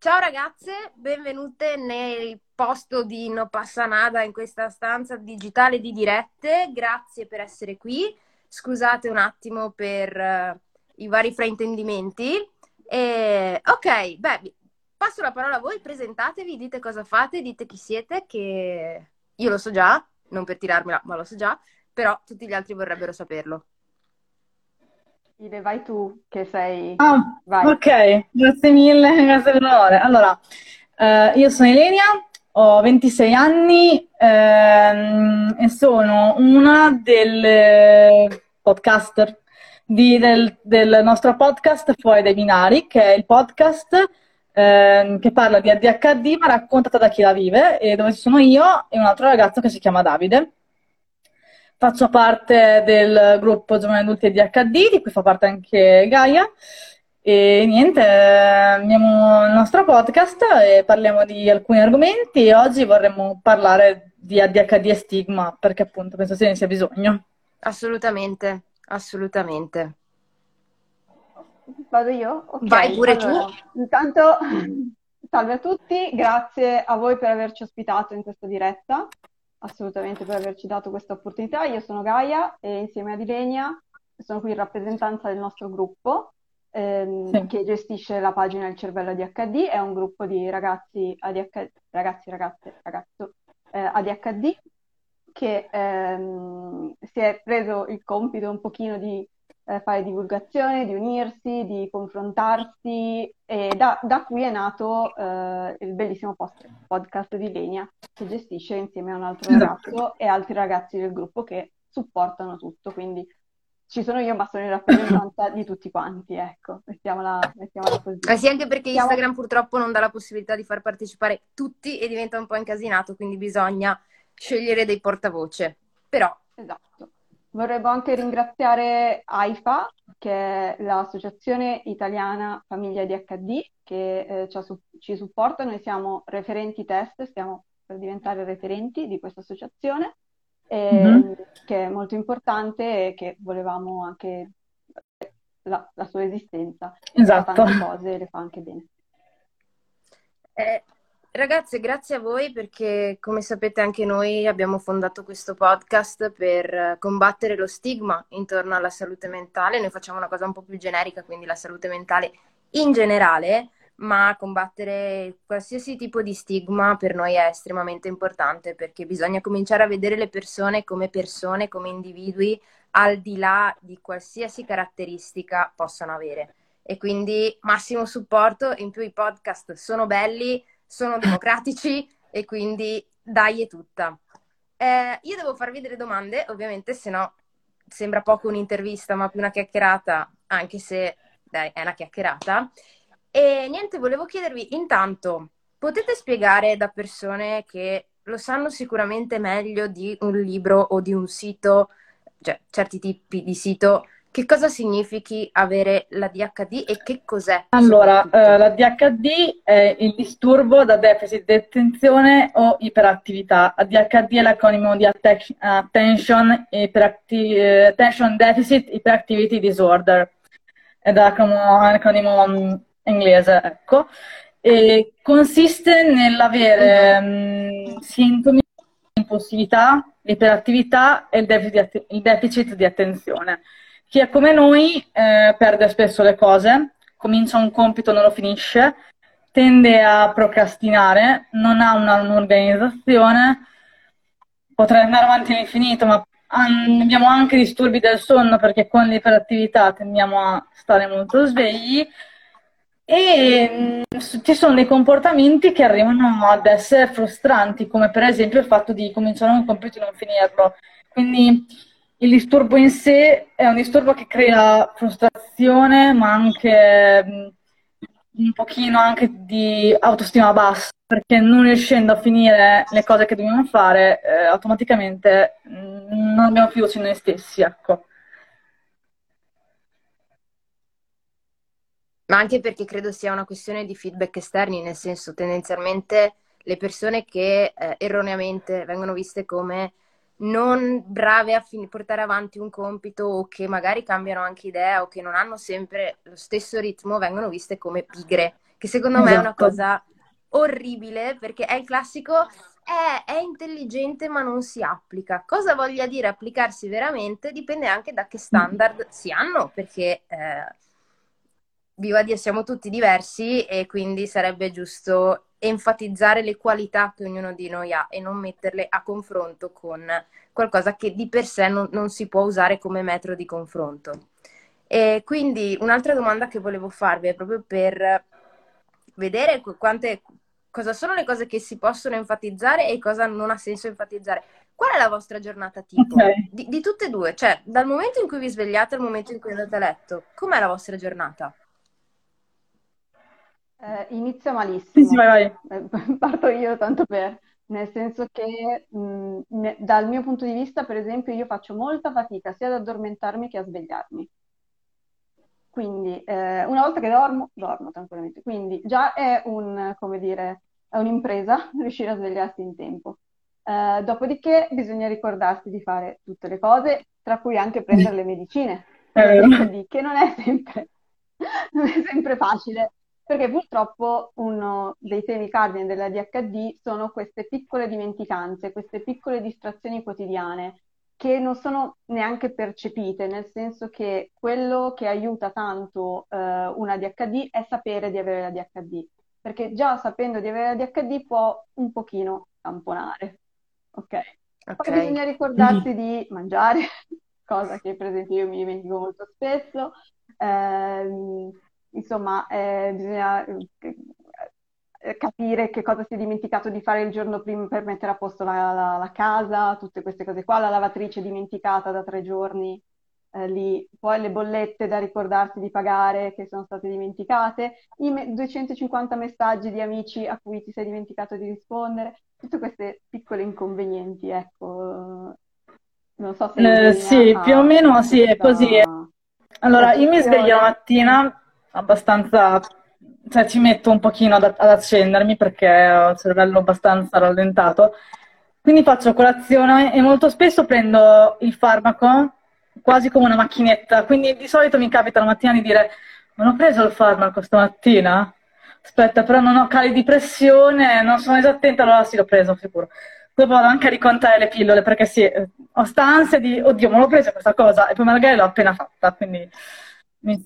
Ciao ragazze, benvenute nel posto di No Passa Nada in questa stanza digitale di dirette. Grazie per essere qui. Scusate un attimo per i vari fraintendimenti. Ok, passo la parola a voi, presentatevi, dite cosa fate, dite chi siete, che io lo so già, non per tirarmela, ma lo so già, però tutti gli altri vorrebbero saperlo. Ile, vai tu che sei... Ah, Vai. ok, grazie mille, grazie per l'onore. Allora, io sono Elenia, ho 26 anni e sono una delle podcaster del nostro podcast Fuori dai binari, che è il podcast che parla di ADHD ma raccontata da chi la vive, e dove ci sono io e un altro ragazzo che si chiama Davide. Faccio parte del gruppo Giovani Adulti ADHD, di cui fa parte anche Gaia. E niente, abbiamo il nostro podcast e parliamo di alcuni argomenti, e oggi vorremmo parlare di ADHD e stigma, perché appunto penso se ne sia bisogno. Assolutamente, assolutamente. Vado io? Ok, Vai pure tu. allora, intanto salve a tutti, grazie a voi per averci ospitato in questa diretta, assolutamente per averci dato questa opportunità. Io sono Gaia e insieme ad Ilenia sono qui in rappresentanza del nostro gruppo Sì. che gestisce la pagina Il Cervello ADHD, è un gruppo di ragazzi ADHD, ragazzi, ragazze, ragazzo, ADHD che si è preso il compito un pochino di fare divulgazione, di unirsi, di confrontarsi e da qui è nato il bellissimo podcast di Lenia che gestisce insieme a un altro Esatto. ragazzo e altri ragazzi del gruppo che supportano tutto, quindi ci sono io ma sono in rappresentanza di tutti quanti, ecco, mettiamola così. Sì, anche perché Siamo... Instagram purtroppo non dà la possibilità di far partecipare tutti e diventa un po' incasinato, quindi bisogna scegliere dei portavoce. Però, Esatto. Vorremmo anche ringraziare AIFA, che è l'Associazione Italiana Famiglia ADHD, che ci supporta. Noi siamo referenti test, stiamo per diventare referenti di questa associazione, Mhm. che è molto importante e che volevamo anche la sua esistenza. Fa Esatto. tante cose e le fa anche bene. eh, ragazze, grazie a voi perché, come sapete, anche noi abbiamo fondato questo podcast per combattere lo stigma intorno alla salute mentale. Noi facciamo una cosa un po' più generica, quindi la salute mentale in generale, ma combattere qualsiasi tipo di stigma per noi è estremamente importante perché bisogna cominciare a vedere le persone, come individui, al di là di qualsiasi caratteristica possano avere. E quindi massimo supporto, in più i podcast sono belli, sono democratici e quindi dai è tutta. Io devo farvi delle domande, ovviamente, se no sembra poco un'intervista, ma più una chiacchierata, anche se dai, è una chiacchierata. E niente, volevo chiedervi intanto, potete spiegare da persone che lo sanno sicuramente meglio di un libro o di un sito, cioè certi tipi di sito, che cosa significhi avere la DHD e che cos'è Allora, soprattutto? la DHD è il disturbo da deficit di attenzione o iperattività. ADHD è l'acronimo di Attention Deficit Hyperactivity Disorder, è l'acronimo inglese, ecco. E consiste nell'avere Mhm. sintomi di impulsività, iperattività e il deficit di attenzione. Chi è come noi perde spesso le cose, comincia un compito e non lo finisce, tende a procrastinare, non ha un'organizzazione, potrei andare avanti all'infinito, ma abbiamo anche disturbi del sonno perché con l'iperattività tendiamo a stare molto svegli, e ci sono dei comportamenti che arrivano ad essere frustranti, come per esempio il fatto di cominciare un compito e non finirlo. Quindi il disturbo in sé è un disturbo che crea frustrazione, ma anche un pochino anche di autostima bassa, perché non riuscendo a finire le cose che dobbiamo fare, automaticamente non abbiamo fiducia in noi stessi, ecco. Ma anche perché credo sia una questione di feedback esterni, nel senso tendenzialmente le persone che erroneamente vengono viste come non brave a portare avanti un compito o che magari cambiano anche idea o che non hanno sempre lo stesso ritmo, vengono viste come pigre che secondo me è una Esatto. cosa orribile, perché è il classico, è intelligente ma non si applica. Cosa voglia dire applicarsi veramente dipende anche da che standard si hanno, perché viva Dio, siamo tutti diversi e quindi sarebbe giusto enfatizzare le qualità che ognuno di noi ha e non metterle a confronto con qualcosa che di per sé non si può usare come metro di confronto. E quindi un'altra domanda che volevo farvi è proprio per vedere cosa sono le cose che si possono enfatizzare e cosa non ha senso enfatizzare. Qual è la vostra giornata Ok. tipo? Di tutte e due, cioè dal momento in cui vi svegliate al momento in cui andate a letto, com'è la vostra giornata? Inizia Sì, sì, malissimo. vai, vai. Parto io tanto per, nel senso che dal mio punto di vista, per esempio, io faccio molta fatica sia ad addormentarmi che a svegliarmi. Quindi, una volta che dormo tranquillamente. Quindi già è come dire, è un'impresa riuscire a svegliarsi in tempo. Dopodiché bisogna ricordarsi di fare tutte le cose, tra cui anche prendere le medicine È per vero. l'ADHD, che non è sempre facile, perché purtroppo uno dei temi cardine dell'ADHD sono queste piccole dimenticanze, queste piccole distrazioni quotidiane che non sono neanche percepite, nel senso che quello che aiuta tanto un ADHD è sapere di avere l'ADHD, perché già sapendo di avere l'ADHD può un pochino tamponare, ok? Poi Ok. bisogna ricordarsi di mangiare, cosa che per esempio io mi dimentico molto spesso. Ehm, insomma, bisogna capire che cosa si è dimenticato di fare il giorno prima per mettere a posto la casa, tutte queste cose qua, la lavatrice dimenticata da 3 giorni, lì, poi le bollette da ricordarsi di pagare che sono state dimenticate, 250 messaggi di amici a cui ti sei dimenticato di rispondere, tutte queste piccole inconvenienti, ecco. Non so se in linea Sì, più o con meno sì, è così. questa Allora, io mi sveglio la percezione. mattina abbastanza, cioè ci metto un pochino ad accendermi perché ho il cervello abbastanza rallentato, quindi faccio colazione e molto spesso prendo il farmaco quasi come una macchinetta, quindi di solito mi capita la mattina di dire, non ho preso il farmaco stamattina? Aspetta, però non ho cali di pressione, non sono esattenta, allora sì, l'ho preso, sicuro. Poi vado anche a ricontare le pillole perché sì, ho sta ansia di, oddio, ma l'ho presa questa cosa e poi magari l'ho appena fatta, quindi mi...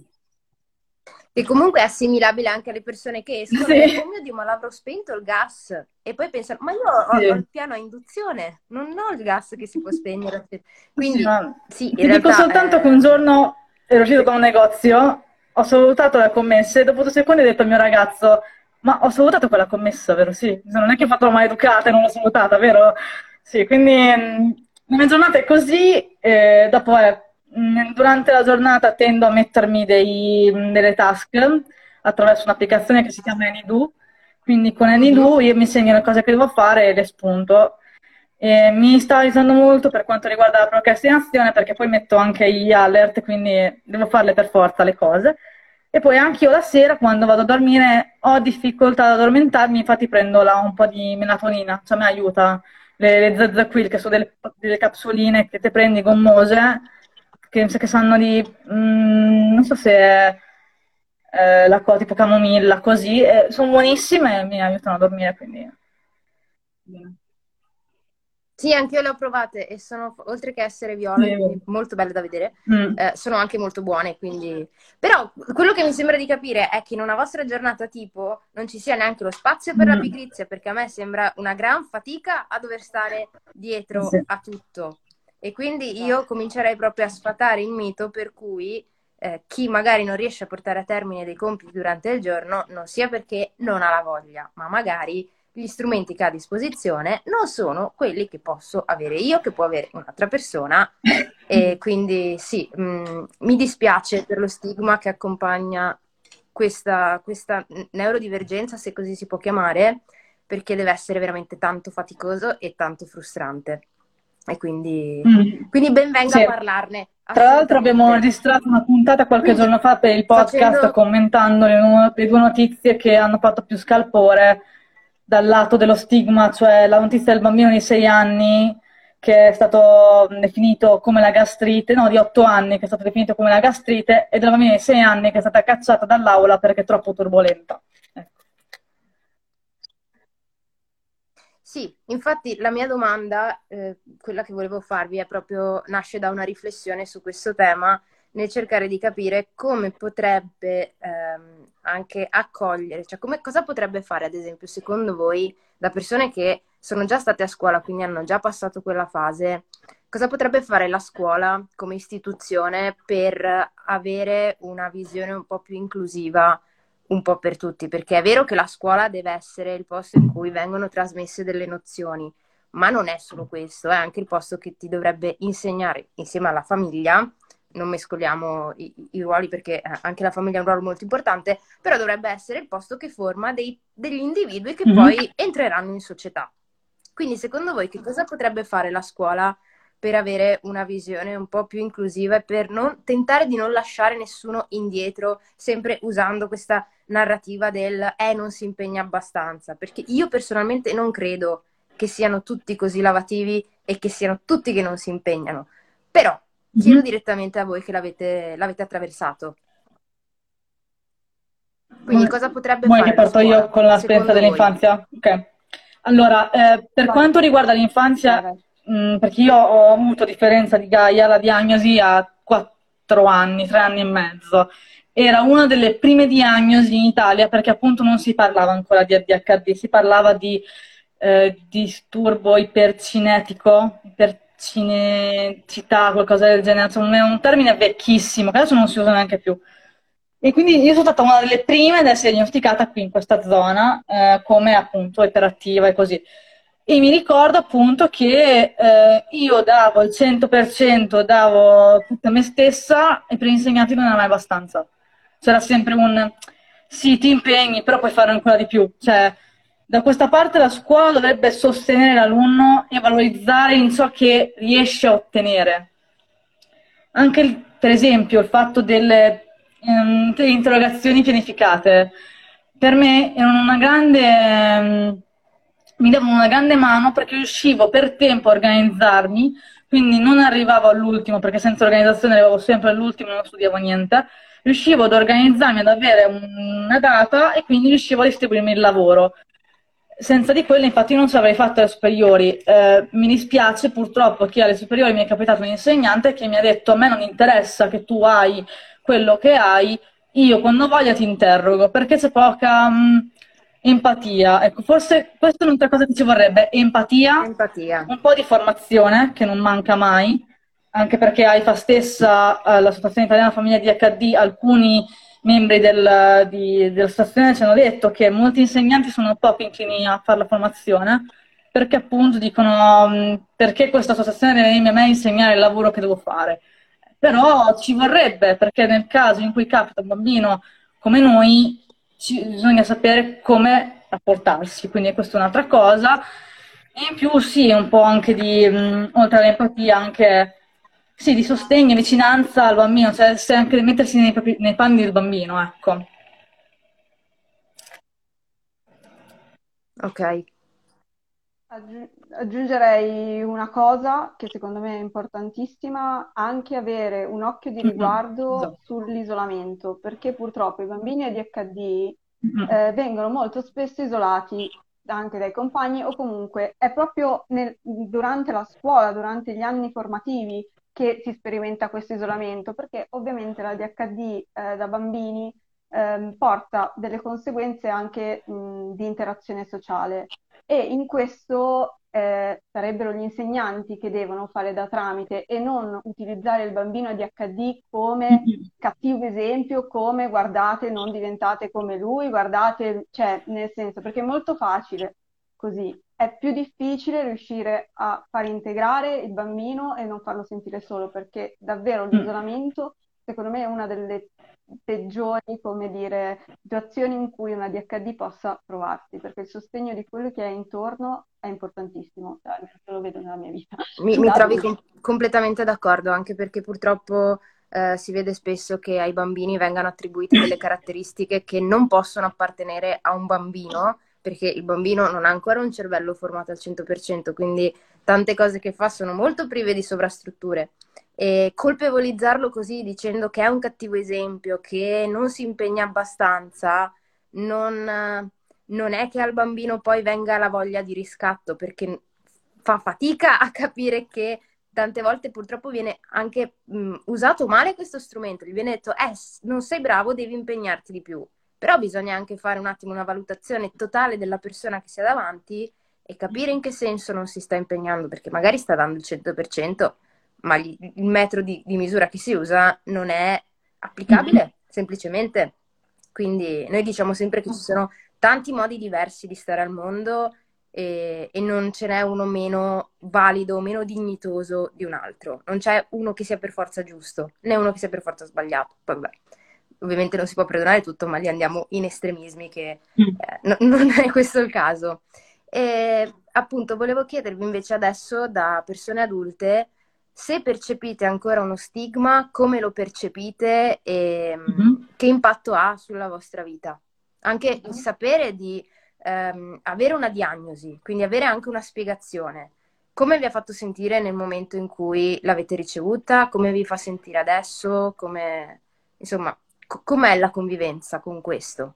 Che comunque è assimilabile anche alle persone che escono e, Sì, oh mio Dio, ma l'avrò spento il gas? E poi pensano, ma io ho sì, il piano a induzione, non ho il gas che si può spegnere. sì, Quindi, ma sì, in ti dico realtà, soltanto che un giorno ero uscito da un negozio, ho salutato la commessa e dopo 2 secondi ho detto al mio ragazzo, ma ho salutato quella commessa, vero? Sì, non è che ho fatto la maleducata e non l'ho salutata, vero? Sì, quindi la mia giornata è così, dopo durante la giornata tendo a mettermi delle task attraverso un'applicazione che si chiama AnyDo, quindi con mhm. AnyDo io mi segno le cose che devo fare e le spunto. Mi sta aiutando molto per quanto riguarda la procrastinazione perché poi metto anche gli alert, quindi devo farle per forza le cose. E poi anche io la sera quando vado a dormire ho difficoltà ad addormentarmi, infatti prendo un po' di melatonina, cioè mi aiuta le Zazzaquil, che sono delle capsuline che te prendi gommose, che mi sa che sanno di, non so se è l'acqua tipo camomilla, così, sono buonissime e mi aiutano a dormire, quindi... Sì, anche io le ho provate e sono, oltre che essere viola, quindi Sì. molto belle da vedere, Mm. sono anche molto buone, quindi... Però quello che mi sembra di capire è che in una vostra giornata tipo non ci sia neanche lo spazio per la Mm. pigrizia, perché a me sembra una gran fatica a dover stare dietro Sì. a tutto. E quindi io Esatto. comincerei proprio a sfatare il mito per cui chi magari non riesce a portare a termine dei compiti durante il giorno non sia perché non ha la voglia, ma magari gli strumenti che ha a disposizione non sono quelli che posso avere io, che può avere un'altra persona. E quindi sì, mi dispiace per lo stigma che accompagna questa neurodivergenza, se così si può chiamare, perché deve essere veramente tanto faticoso e tanto frustrante. E Mm. quindi ben venga a Sì. parlarne, Tra l'altro abbiamo assolutamente. registrato una puntata qualche Quindi giorno fa per il podcast facendo... commentando le due notizie che hanno fatto più scalpore dal lato dello stigma, cioè la notizia del bambino di 6 anni che è stato definito come la gastrite, no, di 8 anni che è stato definito come la gastrite, e della bambina di 6 anni che è stata cacciata dall'aula perché è troppo turbolenta. Ecco. Sì, infatti la mia domanda, quella che volevo farvi, è proprio, nasce da una riflessione su questo tema, nel cercare di capire come potrebbe anche accogliere, cioè cosa potrebbe fare, ad esempio, secondo voi, da persone che sono già state a scuola, quindi hanno già passato quella fase, cosa potrebbe fare la scuola come istituzione per avere una visione un po' più inclusiva un po' per tutti, perché è vero che la scuola deve essere il posto in cui vengono trasmesse delle nozioni, ma non è solo questo, è anche il posto che ti dovrebbe insegnare insieme alla famiglia. Non mescoliamo i ruoli perché anche la famiglia ha un ruolo molto importante, però dovrebbe essere il posto che forma degli individui che poi entreranno in società. Quindi secondo voi che cosa potrebbe fare la scuola per avere una visione un po' più inclusiva e per tentare di non lasciare nessuno indietro, sempre usando questa narrativa del non si impegna abbastanza? Perché io personalmente non credo che siano tutti così lavativi e che siano tutti che non si impegnano. Però chiedo direttamente a voi che l'avete attraversato. Quindi cosa potrebbe Vuoi fare che la parto scuola, io con l'esperienza secondo voi? dell'infanzia? Ok. Allora, per quanto riguarda l'infanzia, perché io ho avuto, a differenza di Gaia, la diagnosi a 4 anni, 3 anni e mezzo. Era una delle prime diagnosi in Italia perché appunto non si parlava ancora di ADHD, si parlava di disturbo ipercinetico, ipercinecità, qualcosa del genere, insomma è un termine vecchissimo che adesso non si usa neanche più. E quindi io sono stata una delle prime ad essere diagnosticata qui in questa zona come appunto iperattiva e così. E mi ricordo appunto che io davo il 100%, davo tutta me stessa e per gli insegnanti non era mai abbastanza. C'era sempre un sì, ti impegni, però puoi fare ancora di più. Cioè, da questa parte la scuola dovrebbe sostenere l'alunno e valorizzare in ciò che riesce a ottenere. Anche, per esempio, il fatto delle interrogazioni pianificate, per me erano una grande, mi davano una grande mano perché riuscivo per tempo a organizzarmi, quindi non arrivavo all'ultimo, perché senza organizzazione arrivavo sempre all'ultimo e non studiavo niente, riuscivo ad organizzarmi, ad avere una data e quindi riuscivo a distribuirmi il lavoro. Senza di quello, infatti, io non ci avrei fatto le superiori. Mi dispiace, purtroppo, che alle superiori mi è capitato un insegnante che mi ha detto: a me non interessa che tu hai quello che hai, io quando voglio ti interrogo, perché c'è poca empatia. Ecco, forse questa è un'altra cosa che ci vorrebbe: empatia, Empatia. un po' di formazione, che non manca mai, anche perché AIFA stessa, l'Associazione Italiana Famiglia DHD, alcuni membri dell'associazione ci hanno detto che molti insegnanti sono poco inclini a fare la formazione perché appunto dicono perché questa associazione deve venirmi a me a insegnare il lavoro che devo fare. Però ci vorrebbe, perché nel caso in cui capita un bambino come noi bisogna sapere come rapportarsi, quindi questa è un'altra cosa. E in più sì, un po' anche di, oltre all'empatia, anche sì, di sostegno e vicinanza al bambino, cioè se anche mettersi nei panni del bambino, ecco. Ok. Aggiungerei una cosa che secondo me è importantissima, anche avere un occhio di riguardo Esatto. sull'isolamento, perché purtroppo i bambini ADHD Mm. vengono molto spesso isolati anche dai compagni o comunque è proprio durante la scuola, durante gli anni formativi che si sperimenta questo isolamento, perché ovviamente l'ADHD da bambini porta delle conseguenze anche di interazione sociale. E in questo sarebbero gli insegnanti che devono fare da tramite e non utilizzare il bambino ADHD come cattivo esempio, come guardate, non diventate come lui, guardate, cioè nel senso, perché è molto facile così. È più difficile riuscire a far integrare il bambino e non farlo sentire solo, perché davvero l'isolamento, secondo me, è una delle peggiori, come dire, situazioni in cui una DHD possa trovarsi, perché il sostegno di quello che è intorno è importantissimo, cioè, lo vedo nella mia vita. Mi trovi completamente d'accordo, anche perché purtroppo si vede spesso che ai bambini vengano attribuite delle caratteristiche che non possono appartenere a un bambino, perché il bambino non ha ancora un cervello formato al 100%, quindi tante cose che fa sono molto prive di sovrastrutture. E colpevolizzarlo così dicendo che è un cattivo esempio, che non si impegna abbastanza, non è che al bambino poi venga la voglia di riscatto, perché fa fatica a capire che tante volte purtroppo viene anche usato male questo strumento. Gli viene detto, non sei bravo, devi impegnarti di più. Però bisogna anche fare un attimo una valutazione totale della persona che si ha davanti e capire in che senso non si sta impegnando, perché magari sta dando il 100%, ma il metro di misura che si usa non è applicabile, semplicemente. Quindi noi diciamo sempre che ci sono tanti modi diversi di stare al mondo e non ce n'è uno meno valido, meno dignitoso di un altro. Non c'è uno che sia per forza giusto, né uno che sia per forza sbagliato. Poi, vabbè, ovviamente non si può perdonare tutto, ma lì andiamo in estremismi che non è questo il caso. E appunto volevo chiedervi invece adesso da persone adulte se percepite ancora uno stigma, come lo percepite e che impatto ha sulla vostra vita. Anche il sapere di avere una diagnosi, quindi avere anche una spiegazione. Come vi ha fatto sentire nel momento in cui l'avete ricevuta? Come vi fa sentire adesso? Insomma, com'è la convivenza con questo?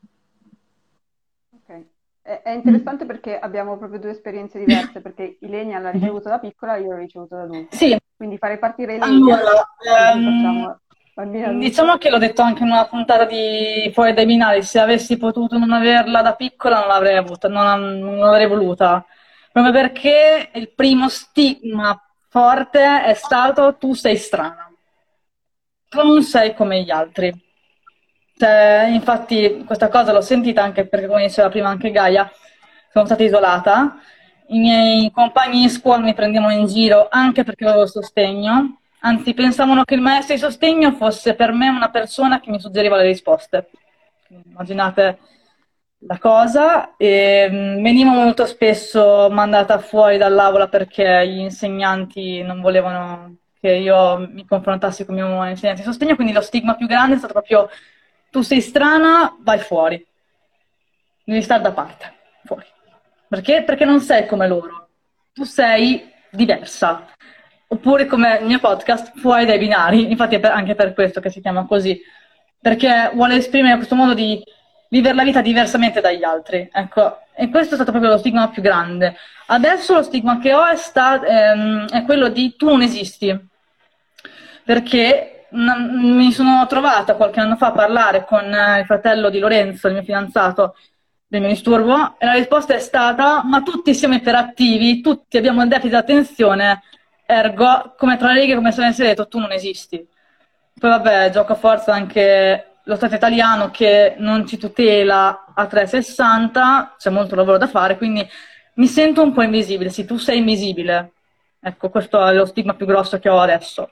Ok. È interessante perché abbiamo proprio due esperienze diverse, perché Ilenia l'ha ricevuta da piccola, io l'ho ricevuta da adulta. Sì, Quindi farei partire Ilenia, allora, così facciamo bambina adulta. diciamo che l'ho detto anche in una puntata di Fuori dai binari, se avessi potuto non averla da piccola non l'avrei avuta, non l'avrei voluta, proprio perché il primo stigma forte è stato tu sei strana, tu non sei come gli altri. Cioè, infatti questa cosa l'ho sentita anche perché, come diceva prima anche Gaia, sono stata isolata, i miei compagni di scuola mi prendevano in giro anche perché avevo sostegno, anzi pensavano che il maestro di sostegno fosse per me una persona che mi suggeriva le risposte. Immaginate la cosa, e venivo molto spesso mandata fuori dall'aula perché gli insegnanti non volevano che io mi confrontassi con il mio insegnante di sostegno, quindi lo stigma più grande è stato proprio tu sei strana, vai fuori, devi stare da parte, fuori. Perché? Perché non sei come loro, tu sei diversa. Oppure come il mio podcast, fuori dai binari, infatti è anche per questo che si chiama così, perché vuole esprimere questo modo di vivere la vita diversamente dagli altri, ecco, e questo è stato proprio lo stigma più grande. Adesso lo stigma che ho è quello di tu non esisti, perché mi sono trovata qualche anno fa a parlare con il fratello di Lorenzo, il mio fidanzato, del mio disturbo, e la risposta è stata: ma tutti siamo iperattivi, tutti abbiamo un deficit di attenzione, ergo, come tra le righe, come se avessi detto, tu non esisti. Poi vabbè, gioca a forza anche lo Stato italiano che non ci tutela a 360, c'è molto lavoro da fare, quindi mi sento un po' invisibile. Sì, tu sei invisibile. Ecco, questo è lo stigma più grosso che ho adesso.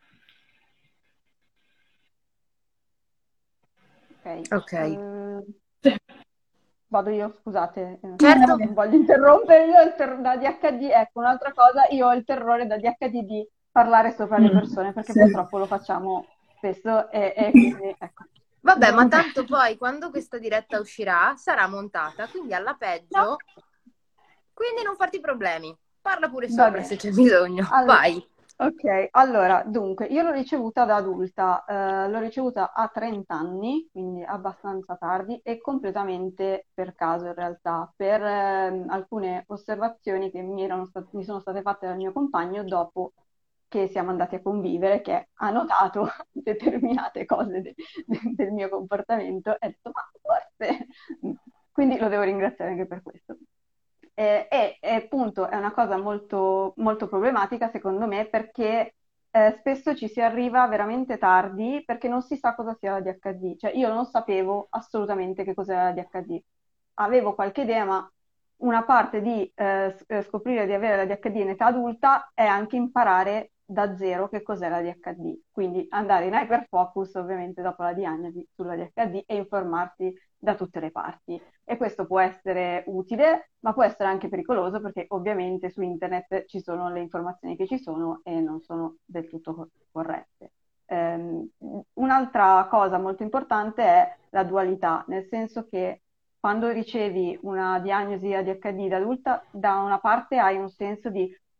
Ok. Sì. Vado io, scusate, Certo. non voglio interrompere, io ho il da ADHD, ecco un'altra cosa, io ho il terrore da ADHD di parlare sopra le persone, perché purtroppo lo facciamo spesso e quindi ecco. Vabbè, ma tanto poi quando questa diretta uscirà sarà montata, quindi alla peggio, No. quindi non farti problemi, parla pure Va sopra bene. se c'è bisogno, vai. Ok, allora, dunque, io l'ho ricevuta da adulta, l'ho ricevuta a 30 anni, quindi abbastanza tardi e completamente per caso in realtà, per alcune osservazioni che mi sono state fatte dal mio compagno dopo che siamo andati a convivere, che ha notato determinate cose del mio comportamento e ha detto, ma forse... Quindi lo devo ringraziare anche per questo. E appunto è una cosa molto, molto problematica secondo me perché spesso ci si arriva veramente tardi perché non si sa cosa sia la DHD. Cioè io non sapevo assolutamente che cos'era la DHD. Avevo qualche idea, ma una parte di scoprire di avere la DHD in età adulta è anche imparare da zero che cos'è la DHD. Quindi andare in hyperfocus ovviamente dopo la diagnosi sulla DHD e informarsi da tutte le parti. E questo può essere utile, ma può essere anche pericoloso perché ovviamente su internet ci sono le informazioni che ci sono e non sono del tutto corrette. Un'altra cosa molto importante è la dualità, nel senso che quando ricevi una diagnosi ADHD da adulta, da una parte hai un senso di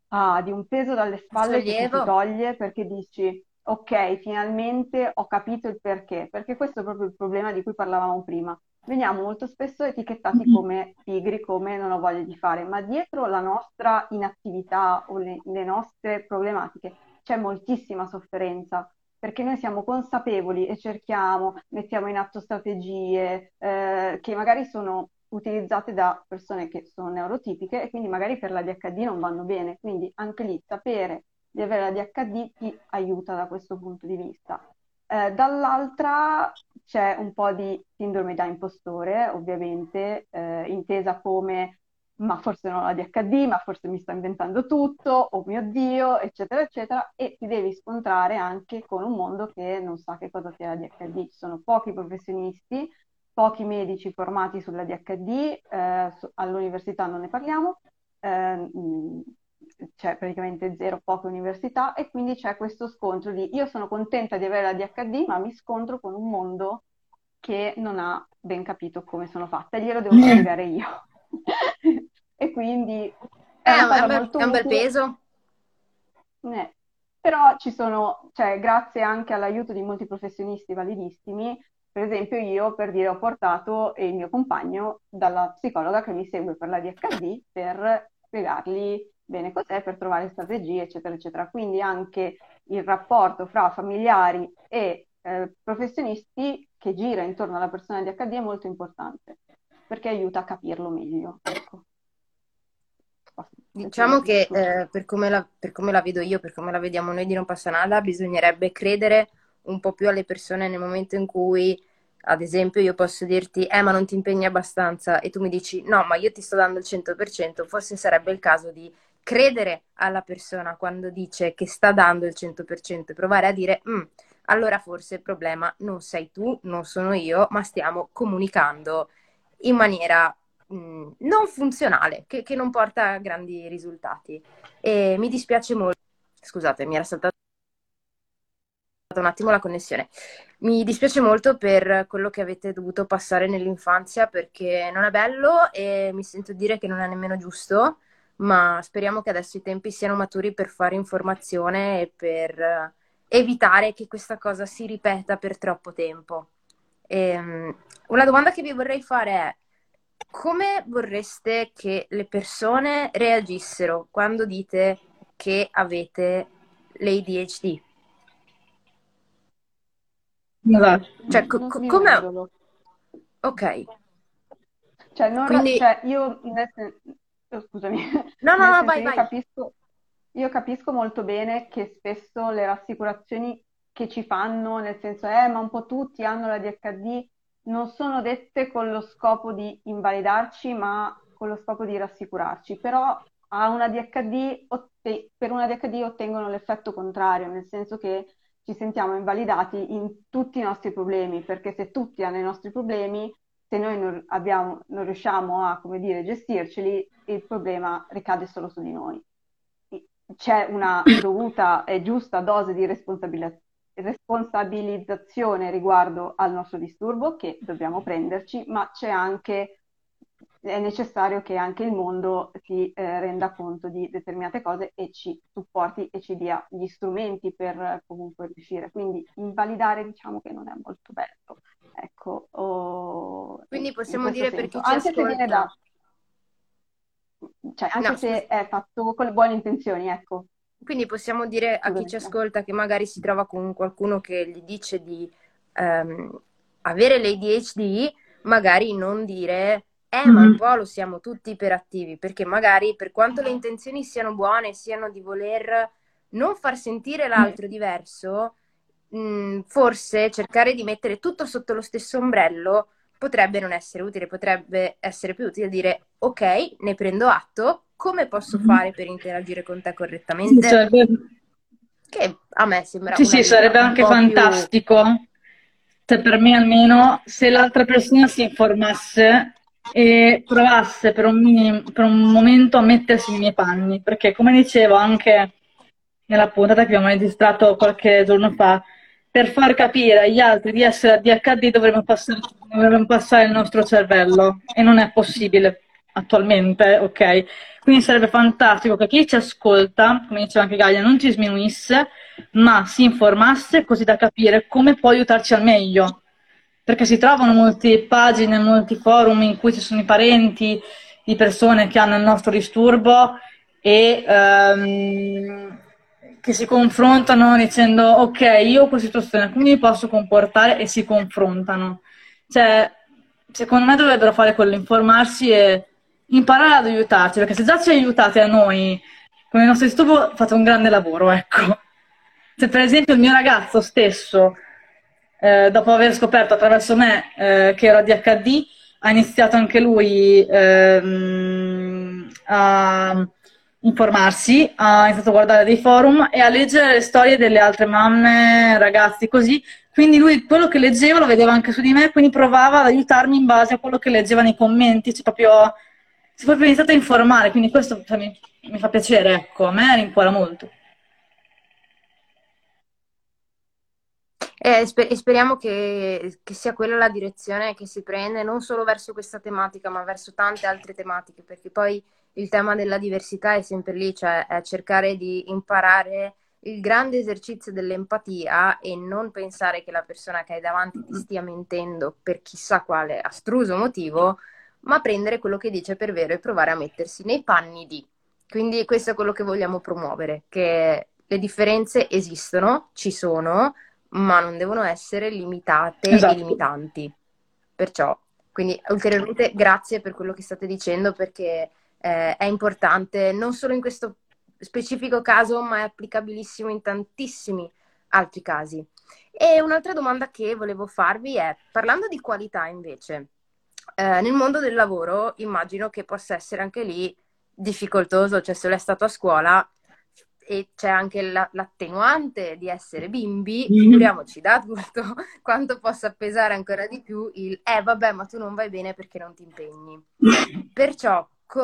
di un peso dalle spalle che ti si Sollievo. toglie perché dici, ok, finalmente ho capito il perché questo è proprio il problema di cui parlavamo prima. Veniamo molto spesso etichettati come pigri, come non ho voglia di fare, ma dietro la nostra inattività o le nostre problematiche c'è moltissima sofferenza, perché noi siamo consapevoli e cerchiamo, mettiamo in atto strategie che magari sono utilizzate da persone che sono neurotipiche e quindi magari per l'ADHD non vanno bene. Quindi anche lì sapere di avere l'ADHD ti aiuta da questo punto di vista. Dall'altra c'è un po' di sindrome da impostore, ovviamente, intesa come ma forse non ho l'ADHD, ma forse mi sto inventando tutto, oh mio Dio, eccetera, eccetera, e ti devi scontrare anche con un mondo che non sa che cosa sia l'ADHD. Ci sono pochi professionisti, pochi medici formati sull'ADHD, all'università non ne parliamo, c'è praticamente zero, poche università, e quindi c'è questo scontro di io sono contenta di avere l'ADHD, ma mi scontro con un mondo che non ha ben capito come sono fatta e glielo devo spiegare io. E quindi è una cosa molto È un bel utile. peso. Però ci sono, cioè, grazie anche all'aiuto di molti professionisti validissimi, per esempio io, per dire, ho portato il mio compagno dalla psicologa che mi segue per l'ADHD per spiegargli bene cos'è, per trovare strategie, eccetera, eccetera. Quindi anche il rapporto fra familiari e professionisti che gira intorno alla persona ADHD è molto importante, perché aiuta a capirlo meglio. Ecco. Diciamo che per come la vedo io, per come la vediamo noi di Non Passa Nada, bisognerebbe credere un po' più alle persone nel momento in cui, ad esempio, io posso dirti ma non ti impegni abbastanza e tu mi dici no, ma io ti sto dando il 100%, forse sarebbe il caso di credere alla persona quando dice che sta dando il 100% e provare a dire allora forse il problema non sei tu, non sono io, ma stiamo comunicando in maniera non funzionale, che non porta a grandi risultati. E mi dispiace molto, scusate, mi era saltata un attimo la connessione. Mi dispiace molto per quello che avete dovuto passare nell'infanzia perché non è bello e mi sento dire che non è nemmeno giusto, ma speriamo che adesso i tempi siano maturi per fare informazione e per evitare che questa cosa si ripeta per troppo tempo. Una domanda che vi vorrei fare è: come vorreste che le persone reagissero quando dite che avete l'ADHD? Esatto. Cioè, Non come... sminuendolo. Ok, Cioè, quindi... io, scusami, No, no, nel no, senso vai, vai. io capisco molto bene che spesso le rassicurazioni che ci fanno, nel senso, ma un po' tutti hanno la DHD, non sono dette con lo scopo di invalidarci, ma con lo scopo di rassicurarci. Però a una DHD, per una DHD ottengono l'effetto contrario, nel senso che ci sentiamo invalidati in tutti i nostri problemi, perché se tutti hanno i nostri problemi, se noi non riusciamo a, come dire, gestirceli, il problema ricade solo su di noi. C'è una dovuta e giusta dose di responsabilizzazione riguardo al nostro disturbo che dobbiamo prenderci, ma è necessario che anche il mondo si renda conto di determinate cose e ci supporti e ci dia gli strumenti per comunque riuscire. Quindi invalidare diciamo che non è molto bello. Ecco, Quindi in possiamo questo dire per senso, chi ci anche se viene ascolta... anche No, se è fatto con le buone intenzioni, ecco. quindi possiamo dire a chi Scusami. ci ascolta che magari si trova con qualcuno che gli dice di avere l'ADHD, magari non dire ma un po' lo siamo tutti iperattivi, perché magari per quanto le intenzioni siano buone, siano di voler non far sentire l'altro diverso, forse cercare di mettere tutto sotto lo stesso ombrello potrebbe non essere utile, potrebbe essere più utile dire ok, ne prendo atto, come posso fare per interagire con te correttamente? Che a me sembra Sì, una sì, via sarebbe un anche po' più... fantastico, cioè per me almeno, se l'altra persona si informasse e provasse per per un momento a mettersi nei miei panni, perché come dicevo anche nella puntata che abbiamo registrato qualche giorno fa, per far capire agli altri di essere ADHD dovremmo passare il nostro cervello e non è possibile. attualmente, ok? Quindi sarebbe fantastico che chi ci ascolta, come diceva anche Gaia, non ci sminuisse, ma si informasse così da capire come può aiutarci al meglio. Perché si trovano molte pagine, molti forum in cui ci sono i parenti di persone che hanno il nostro disturbo e che si confrontano dicendo ok, io ho questa situazione, come mi posso comportare? E si confrontano. Cioè, secondo me dovrebbero fare quello, informarsi e imparare ad aiutarci, perché se già ci aiutate a noi con il nostro disturbo fate un grande lavoro, ecco. Se per esempio il mio ragazzo stesso, dopo aver scoperto attraverso me che ero ADHD, ha iniziato anche lui a informarsi, ha iniziato a guardare dei forum e a leggere le storie delle altre mamme, ragazzi, così. Quindi lui quello che leggeva lo vedeva anche su di me, quindi provava ad aiutarmi in base a quello che leggeva nei commenti, cioè proprio, si è proprio iniziato a informare, quindi questo cioè, mi fa piacere, ecco, a me rincuora molto. E speriamo che sia quella la direzione che si prende, non solo verso questa tematica, ma verso tante altre tematiche, perché poi il tema della diversità è sempre lì, cioè è cercare di imparare il grande esercizio dell'empatia e non pensare che la persona che hai davanti ti stia mentendo per chissà quale astruso motivo, ma prendere quello che dice per vero e provare a mettersi nei panni di. Quindi questo è quello che vogliamo promuovere, che le differenze esistono, ci sono, ma non devono essere limitate e Esatto. limitanti. Perciò, quindi ulteriormente grazie per quello che state dicendo perché è importante non solo in questo specifico caso, ma è applicabilissimo in tantissimi altri casi. E un'altra domanda che volevo farvi è, parlando di qualità invece, nel mondo del lavoro immagino che possa essere anche lì difficoltoso, cioè se lei è stato a scuola e c'è anche l'attenuante di essere bimbi, figuriamoci da adulto quanto possa pesare ancora di più il vabbè, ma tu non vai bene perché non ti impegni. Perciò,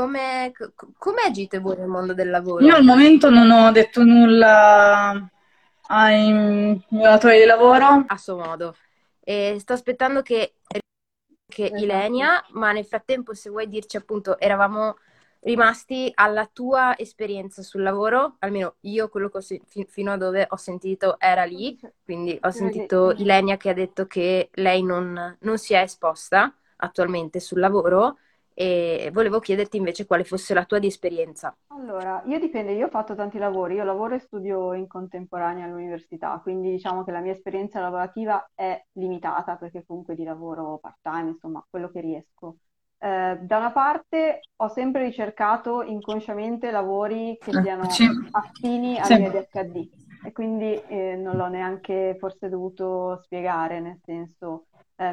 come agite voi nel mondo del Io lavoro? al momento non ho detto nulla ai miei datori di lavoro. A suo modo. E sto aspettando che Esatto. Ilenia, ma nel frattempo se vuoi dirci appunto, eravamo rimasti alla tua esperienza sul lavoro, almeno io quello che fino a dove ho sentito era lì, quindi ho Direi di sentito sì. Ilenia che ha detto che lei non si è esposta attualmente sul lavoro e volevo chiederti invece quale fosse la tua di esperienza. Allora, io dipende, io ho fatto tanti lavori, io lavoro e studio in contemporanea all'università, quindi diciamo che la mia esperienza lavorativa è limitata perché comunque di lavoro part-time, insomma, quello che riesco. Da una parte ho sempre ricercato inconsciamente lavori che siano Eccoci. affini al Sì. mio ADHD e quindi non l'ho neanche forse dovuto spiegare, nel senso,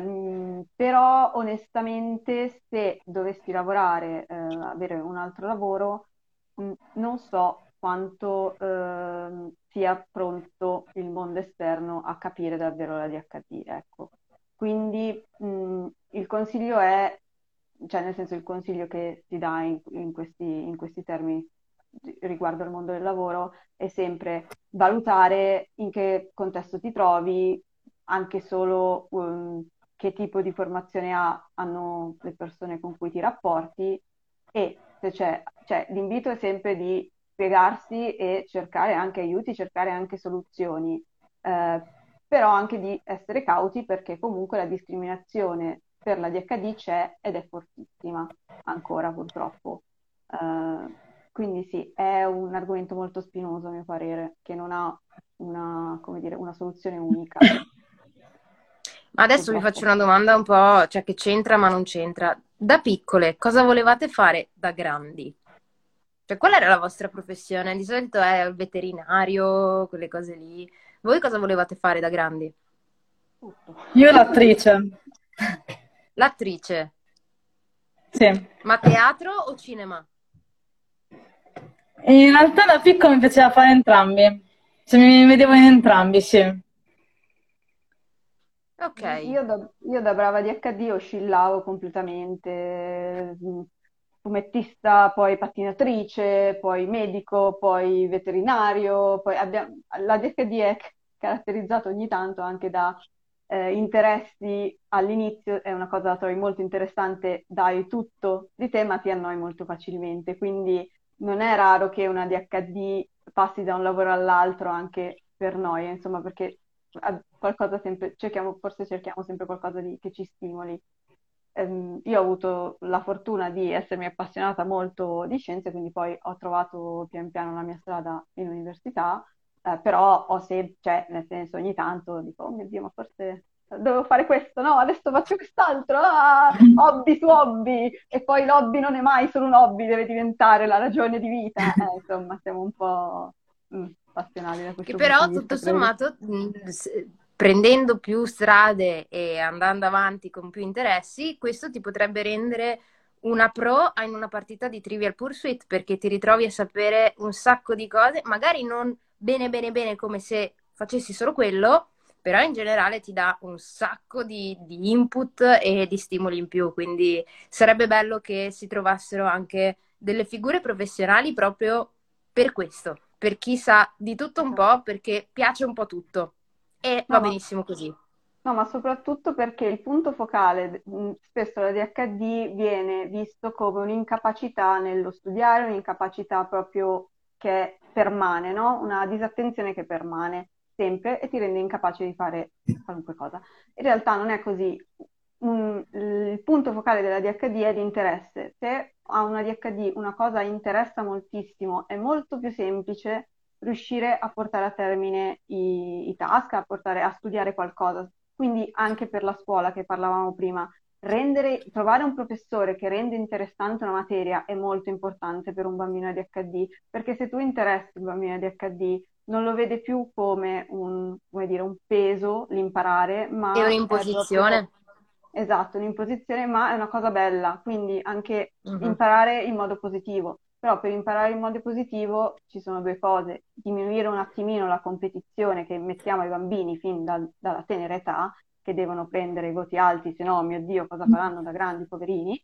però onestamente se dovessi lavorare, avere un altro lavoro, non so quanto sia pronto il mondo esterno a capire davvero la DHD, ecco. Quindi il consiglio è, cioè nel senso il consiglio che si dà in questi termini riguardo al mondo del lavoro è sempre valutare in che contesto ti trovi, anche solo che tipo di formazione hanno le persone con cui ti rapporti e se cioè, l'invito è sempre di spiegarsi e cercare anche aiuti, cercare anche soluzioni, eh, però anche di essere cauti perché comunque la discriminazione per la DHD c'è ed è fortissima ancora purtroppo. Quindi sì, è un argomento molto spinoso a mio parere, che non ha una, come dire, una soluzione unica, Ma adesso vi faccio purtroppo. una domanda un po', cioè che c'entra ma non c'entra. Da piccole, cosa volevate fare da grandi? Cioè, qual era la vostra professione? Di solito è il veterinario, quelle cose lì. Voi cosa volevate fare da grandi? Tutto. Io l'attrice. L'attrice. Sì. Ma teatro o cinema? E in realtà da piccola mi piaceva fare entrambi. Cioè, mi vedevo in entrambi, sì. Ok. Io da brava di HD oscillavo completamente, fumettista, poi pattinatrice, poi medico, poi veterinario, poi la DHD è caratterizzato ogni tanto anche da interessi all'inizio è una cosa la trovi molto interessante, dai tutto di te, ma ti annoi molto facilmente. Quindi non è raro che una ADHD passi da un lavoro all'altro anche per noia, insomma, perché qualcosa sempre, forse cerchiamo sempre qualcosa che ci stimoli. Io ho avuto la fortuna di essermi appassionata molto di scienze, quindi poi ho trovato pian piano la mia strada in università, però ho sempre, cioè, nel senso, ogni tanto dico, oh mio Dio, ma forse dovevo fare questo, no, adesso faccio quest'altro, hobby su hobby, e poi l'hobby non è mai solo un hobby, deve diventare la ragione di vita. Insomma, siamo un po' appassionati da Che questo punto però di vista, tutto credo. sommato, prendendo più strade e andando avanti con più interessi, questo ti potrebbe rendere una pro in una partita di Trivial Pursuit, perché ti ritrovi a sapere un sacco di cose, magari non bene bene bene come se facessi solo quello, però in generale ti dà un sacco di input e di stimoli in più, quindi sarebbe bello che si trovassero anche delle figure professionali proprio per questo, per chi sa di tutto un po', perché piace un po' tutto e No, va ma benissimo così. No, ma soprattutto perché il punto focale, spesso l'ADHD viene visto come un'incapacità nello studiare, un'incapacità proprio che permane, no? Una disattenzione che permane sempre e ti rende incapace di fare qualunque cosa. In realtà non è così. Il punto focale dell'ADHD è l'interesse. Se a un ADHD una cosa interessa moltissimo, è molto più semplice riuscire a portare a termine i task, a studiare qualcosa. Quindi anche per la scuola che parlavamo prima, trovare un professore che rende interessante una materia è molto importante per un bambino ADHD, perché se tu interessi il bambino ADHD non lo vede più come come dire, un peso l'imparare, E ma è proprio, un'imposizione. esatto, un'imposizione, ma è una cosa bella, quindi anche Mhm. imparare in modo positivo. Però per imparare in modo positivo ci sono due cose: diminuire un attimino la competizione che mettiamo ai bambini fin dalla tenera età, che devono prendere i voti alti, se no, mio Dio, cosa faranno da grandi poverini?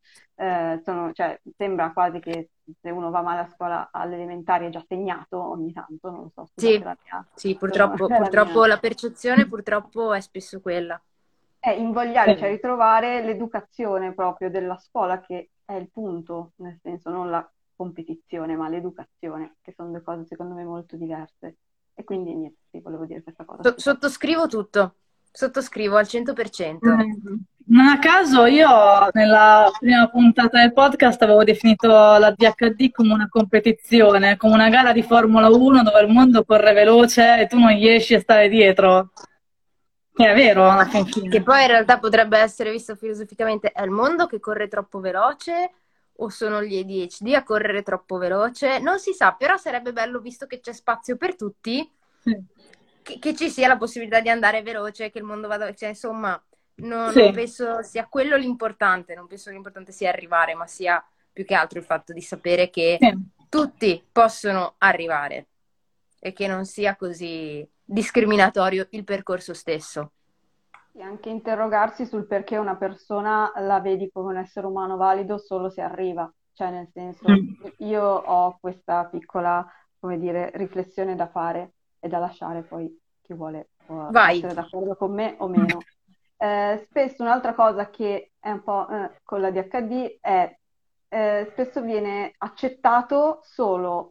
Cioè, sembra quasi che se uno va male a scuola all'elementare è già segnato ogni tanto, non lo so, scusate Sì, la mia, sì, purtroppo, la mia purtroppo la percezione purtroppo è spesso quella. è invogliare, cioè Sì. ritrovare l'educazione proprio della scuola, che è il punto, nel senso non la competizione, ma l'educazione, che sono due cose secondo me molto diverse. E quindi niente, sì, volevo dire questa cosa, scusate. Sottoscrivo tutto, sottoscrivo al 100%. Non a caso io nella prima puntata del podcast avevo definito la DHD come una competizione, come una gara di Formula 1 dove il mondo corre veloce e tu non riesci a stare dietro. Che è vero, alla fin Che fine. poi in realtà potrebbe essere visto filosoficamente, è il mondo che corre troppo veloce o sono gli ADHD a correre troppo veloce? Non si sa, però sarebbe bello, visto che c'è spazio per tutti, Sì. che ci sia la possibilità di andare veloce, che il mondo vada, cioè, insomma, non Sì. penso sia quello l'importante, non penso l'importante sia arrivare, ma sia più che altro il fatto di sapere che Sì. tutti possono arrivare e che non sia così discriminatorio il percorso stesso. E anche interrogarsi sul perché una persona la vedi come un essere umano valido solo se arriva, cioè nel senso, Mm. io ho questa piccola, come dire, riflessione da fare e da lasciare, poi chi vuole può Vai. essere d'accordo con me o meno. Spesso un'altra cosa che è un po' con la DHD è spesso viene accettato solo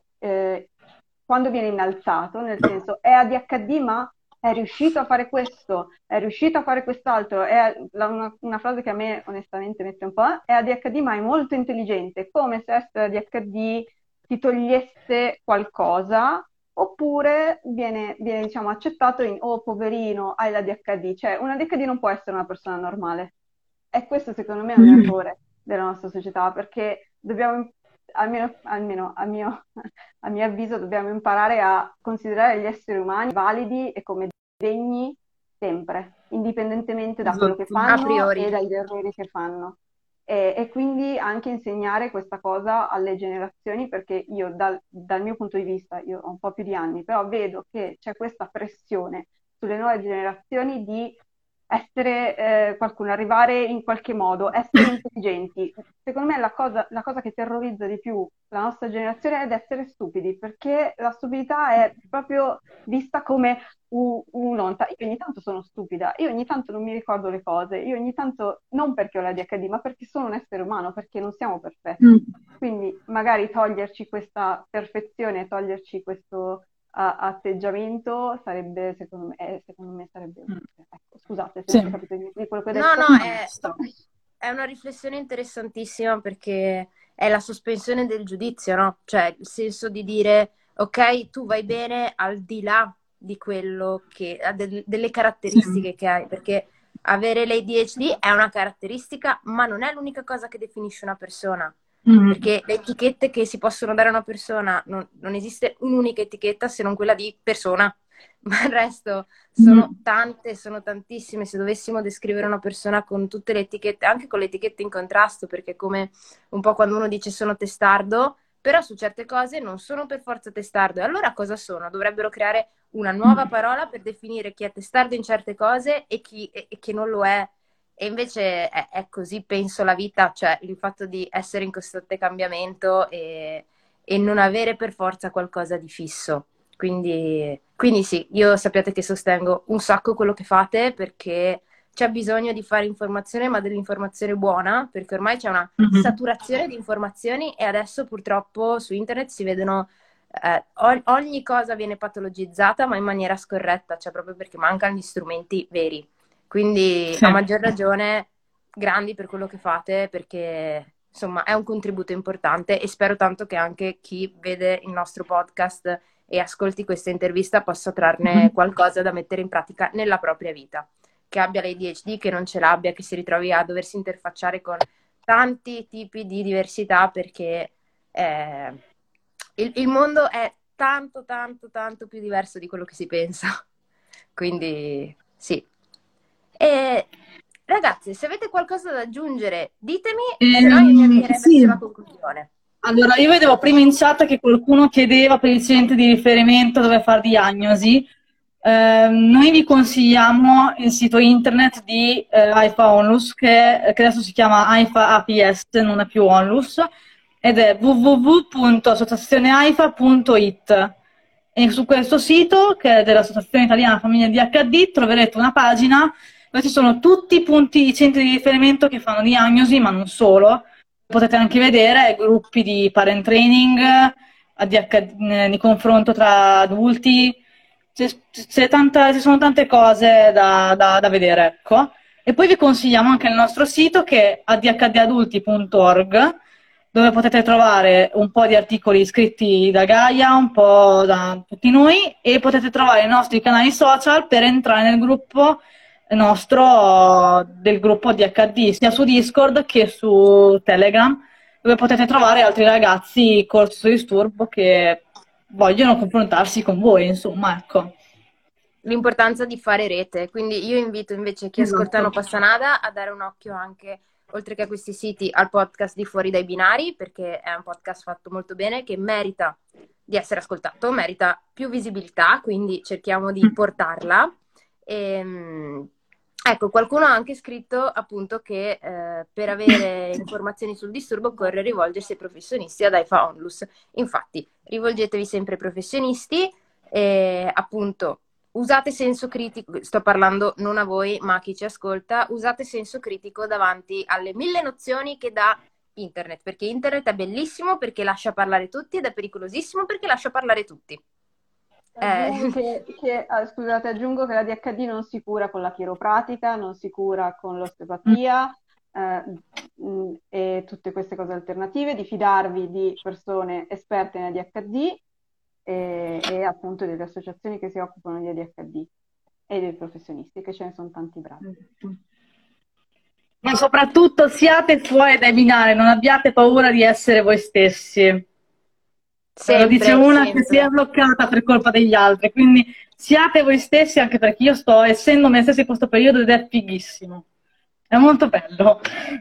quando viene innalzato, nel senso è ADHD ma è riuscito a fare questo, è riuscito a fare quest'altro, una frase che a me onestamente mette un po', è ADHD ma è molto intelligente, come se essere ADHD ti togliesse qualcosa, oppure viene, diciamo, accettato in, oh poverino, hai l'ADHD, cioè un ADHD non può essere una persona normale. E questo secondo me è un Mm. errore della nostra società, perché dobbiamo, almeno a mio avviso, dobbiamo imparare a considerare gli esseri umani validi e come degni sempre, indipendentemente da quello che Esatto. A fanno priori. e dagli errori che fanno. E quindi anche insegnare questa cosa alle generazioni, perché io dal mio punto di vista, io ho un po' più di anni, però vedo che c'è questa pressione sulle nuove generazioni di essere qualcuno, arrivare in qualche modo, essere intelligenti. Secondo me la cosa che terrorizza di più la nostra generazione è essere stupidi, perché la stupidità è proprio vista come un'onta. Io ogni tanto sono stupida, io ogni tanto non mi ricordo le cose, io ogni tanto, non perché ho la l'ADHD, ma perché sono un essere umano, perché non siamo perfetti. Mm. Quindi magari toglierci questa perfezione, toglierci questo atteggiamento sarebbe, secondo me sarebbe Mm. utile. Ecco, scusate se Sì. non si è capito di quello che ho No, detto. no, Sta. è una riflessione interessantissima perché è la sospensione del giudizio, no? Cioè il senso di dire, ok, tu vai bene al di là di quello che, delle Sì. caratteristiche che hai, perché avere l'ADHD è una caratteristica, ma non è l'unica cosa che definisce una persona. Mm. Perché le etichette che si possono dare a una persona, non esiste un'unica etichetta se non quella di persona, ma il resto sono Mm. tante, sono tantissime. Se dovessimo descrivere una persona con tutte le etichette, anche con le etichette in contrasto, perché come un po' quando uno dice sono testardo, però su certe cose non sono per forza testardo. E allora cosa sono? Dovrebbero creare una nuova Mm. parola per definire chi è testardo in certe cose e chi non lo è. E invece è così, penso, la vita, cioè il fatto di essere in costante cambiamento e non avere per forza qualcosa di fisso. Quindi sì, io sappiate che sostengo un sacco quello che fate perché c'è bisogno di fare informazione, ma dell'informazione buona, perché ormai c'è una Mm. saturazione di informazioni e adesso purtroppo su internet si vedono ogni cosa viene patologizzata, ma in maniera scorretta, cioè proprio perché mancano gli strumenti veri. Quindi Sì. a maggior ragione grandi per quello che fate, perché insomma è un contributo importante e spero tanto che anche chi vede il nostro podcast e ascolti questa intervista possa trarne Mm. qualcosa da mettere in pratica nella propria vita, che abbia l'ADHD, che non ce l'abbia, che si ritrovi a doversi interfacciare con tanti tipi di diversità perché il mondo è tanto, tanto, tanto più diverso di quello che si pensa. Quindi sì. E ragazzi, se avete qualcosa da aggiungere, ditemi, se no io mi avvierei Sì, verso la conclusione. allora io vedevo prima in chat che qualcuno chiedeva per il centro di riferimento dove fare diagnosi. Noi vi consigliamo il sito internet di AIFA Onlus, che adesso si chiama AIFA APS, non è più Onlus, ed è www.associazioneaifa.it. E su questo sito, che è dell'Associazione Italiana Famiglie DHD, troverete una pagina dove ci sono tutti i punti, i centri di riferimento che fanno diagnosi, ma non solo. Potete anche vedere gruppi di parent training, di confronto tra adulti, ci sono tante cose da vedere, ecco. E poi vi consigliamo anche il nostro sito che è adhdadulti.org, dove potete trovare un po' di articoli scritti da Gaia, un po' da tutti noi, e potete trovare i nostri canali social per entrare nel gruppo nostro del gruppo DHD, sia su Discord che su Telegram, dove potete trovare altri ragazzi con lo stesso disturbo che vogliono confrontarsi con voi, insomma, ecco. L'importanza di fare rete. Quindi io invito invece chi ascolta No Esatto. Passa Nada a dare un occhio anche, oltre che a questi siti, al podcast di Fuori dai Binari, perché è un podcast fatto molto bene, che merita di essere ascoltato, merita più visibilità, quindi cerchiamo di portarla. Ecco, qualcuno ha anche scritto appunto che per avere informazioni sul disturbo occorre rivolgersi ai professionisti ad AIFA Onlus. Infatti, rivolgetevi sempre ai professionisti e appunto usate senso critico, sto parlando non a voi, ma a chi ci ascolta, usate senso critico davanti alle mille nozioni che dà internet, perché internet è bellissimo perché lascia parlare tutti ed è pericolosissimo perché lascia parlare tutti. Aggiungo scusate, aggiungo che la DHD non si cura con la chiropratica, non si cura con l'osteopatia e tutte queste cose alternative, di fidarvi di persone esperte in ADHD e appunto delle associazioni che si occupano di ADHD e dei professionisti, che ce ne sono tanti bravi. Ma soprattutto siate fuori dai binari, non abbiate paura di essere voi stessi. Lo dice Sempre, una che si è sempre. bloccata per colpa degli altri, quindi siate voi stessi, anche perché io sto essendo me stessa in questo periodo ed è fighissimo. È molto bello.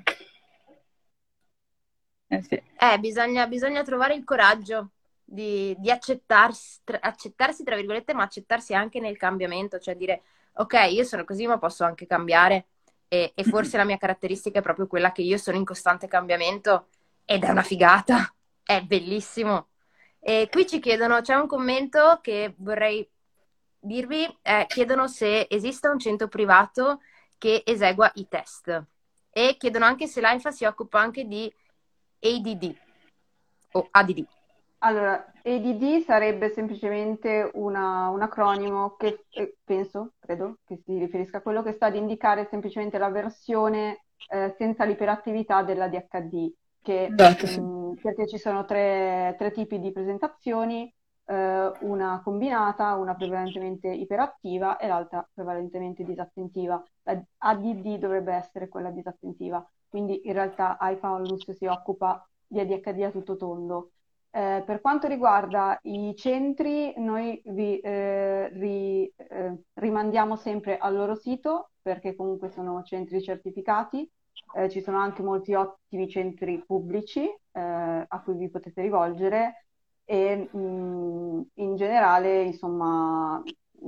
Sì. Bisogna trovare il coraggio di accettarsi, tra virgolette, ma accettarsi anche nel cambiamento, cioè dire, ok, io sono così, ma posso anche cambiare. E forse la mia caratteristica è proprio quella che io sono in costante cambiamento ed è una figata, è bellissimo. E qui ci chiedono, c'è un commento che vorrei dirvi, chiedono se esista un centro privato che esegua i test e chiedono anche se l'AIFA si occupa anche di ADD o ADD. Allora, ADD sarebbe semplicemente un acronimo che credo, che si riferisca a quello che sta ad indicare semplicemente la versione senza l'iperattività della DHD, Esatto, sì. perché ci sono tre tipi di presentazioni, una combinata, una prevalentemente iperattiva e l'altra prevalentemente disattentiva. La ADD dovrebbe essere quella disattentiva, quindi in realtà AIFA Onlus si occupa di ADHD a tutto tondo. Per quanto riguarda i centri, noi vi rimandiamo sempre al loro sito perché comunque sono centri certificati. Ci sono anche molti ottimi centri pubblici a cui vi potete rivolgere e in generale, insomma,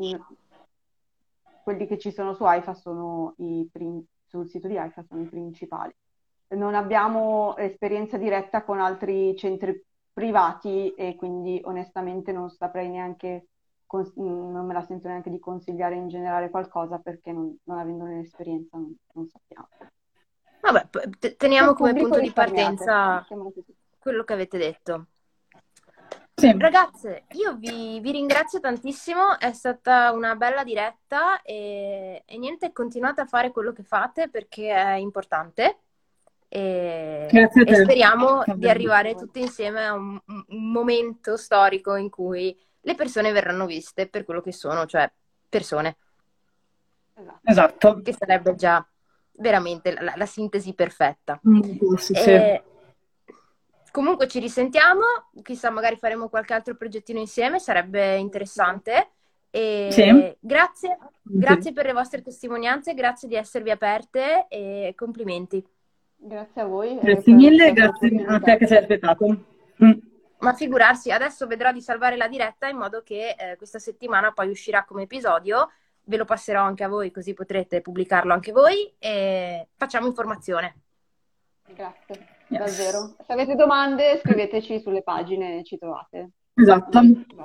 quelli che ci sono su AIFA sono sul sito di AIFA sono i principali. Non abbiamo esperienza diretta con altri centri privati e quindi onestamente non saprei neanche, non me la sento neanche di consigliare in generale qualcosa perché non avendone l'esperienza non sappiamo. Vabbè, teniamo Per come pubblico punto di risparmiate, partenza mettiamola così. quello che avete detto. Sì. Ragazze, io vi ringrazio tantissimo, è stata una bella diretta e niente, continuate a fare quello che fate perché è importante Grazie a e te. speriamo di Ovviamente. arrivare tutti insieme a un momento storico in cui le persone verranno viste per quello che sono, cioè persone, Esatto. che sarebbe già veramente la sintesi perfetta. Sì. Comunque ci risentiamo, chissà, magari faremo qualche altro progettino insieme, sarebbe interessante. Sì. E grazie per le vostre testimonianze, grazie di esservi aperte e complimenti. Grazie a voi Grazie per mille, questa grazie a te opportunità. che sei aspettato. Mm. Ma figurarsi, adesso vedrò di salvare la diretta in modo che questa settimana poi uscirà come episodio, ve lo passerò anche a voi così potrete pubblicarlo anche voi e facciamo informazione. Grazie, Yes. davvero. Se avete domande scriveteci sulle pagine, ci trovate. Esatto.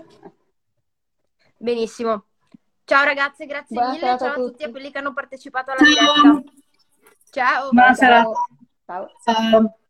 Benissimo. Ciao ragazze, grazie Buona mille. serata a Ciao a tutti a tutti. quelli che hanno partecipato alla diretta. Ciao. Buona serata. Ciao. Ciao. Ciao.